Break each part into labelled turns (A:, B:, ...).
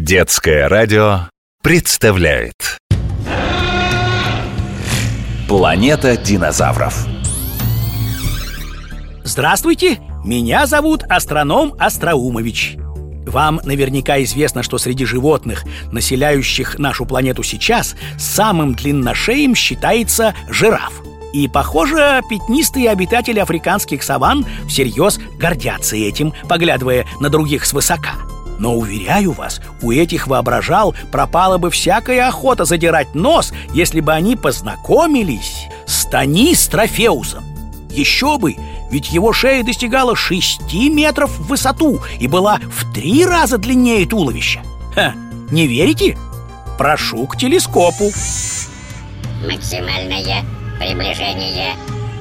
A: Детское радио представляет Планета динозавров.
B: Здравствуйте, меня зовут астроном Остроумович. Вам наверняка известно, что среди животных, населяющих нашу планету сейчас, самым длинношеем считается жираф. И, похоже, пятнистые обитатели африканских саванн всерьез гордятся этим, поглядывая на других свысока. Но, уверяю вас, у этих воображал пропала бы всякая охота задирать нос, если бы они познакомились с Танис трофеусом. Еще бы, ведь его шея достигала 6 метров в высоту и была в 3 раза длиннее туловища. Не верите? Прошу к телескопу.
C: Максимальное приближение.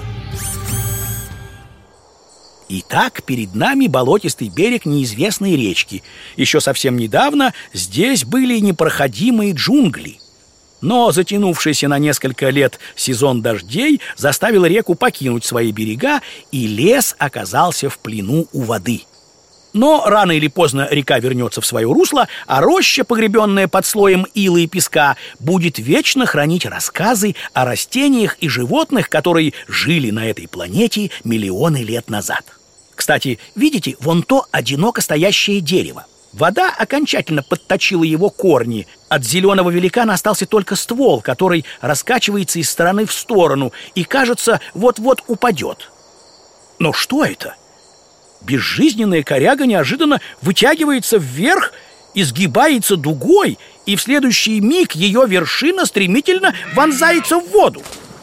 B: Итак, перед нами болотистый берег неизвестной речки. Еще совсем недавно здесь были непроходимые джунгли. Но затянувшийся на несколько лет сезон дождей заставил реку покинуть свои берега, и лес оказался в плену у воды. Но рано или поздно река вернется в свое русло, а роща, погребенная под слоем ила и песка, будет вечно хранить рассказы о растениях и животных, которые жили на этой планете миллионы лет назад. Кстати, видите, вон то одиноко стоящее дерево. Вода окончательно подточила его корни. От зеленого великана остался только ствол, который раскачивается из стороны в сторону и, кажется, вот-вот упадет. Но что это? Безжизненная коряга неожиданно вытягивается вверх, изгибается дугой, и в следующий миг ее вершина стремительно вонзается в воду.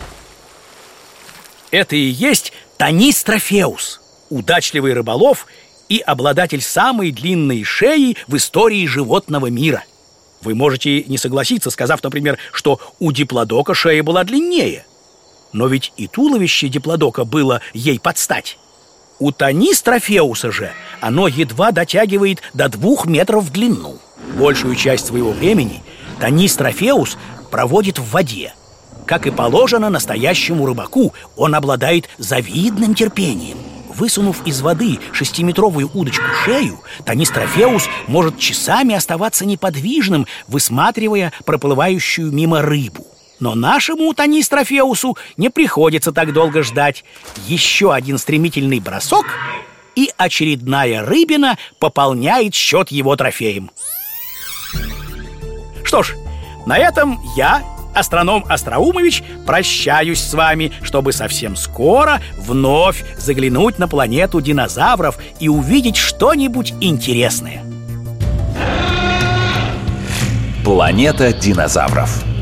B: Это и есть Танис трофеус, удачливый рыболов и обладатель самой длинной шеи в истории животного мира. Вы можете не согласиться, сказав, например, что у диплодока шея была длиннее. Но ведь и туловище диплодока было ей под стать. У Танис трофеуса же оно едва дотягивает до 2 метров в длину. Большую часть своего времени Танис трофеус проводит в воде. Как и положено настоящему рыбаку, он обладает завидным терпением. Высунув из воды 6-метровую удочку шею, Танис трофеус может часами оставаться неподвижным, высматривая проплывающую мимо рыбу. Но нашему Танис трофеусу не приходится так долго ждать. Еще один стремительный бросок, и очередная рыбина пополняет счет его трофеем. Что ж, на этом я, астроном Остроумович, прощаюсь с вами, чтобы совсем скоро вновь заглянуть на планету динозавров и увидеть что-нибудь интересное.
A: Планета динозавров.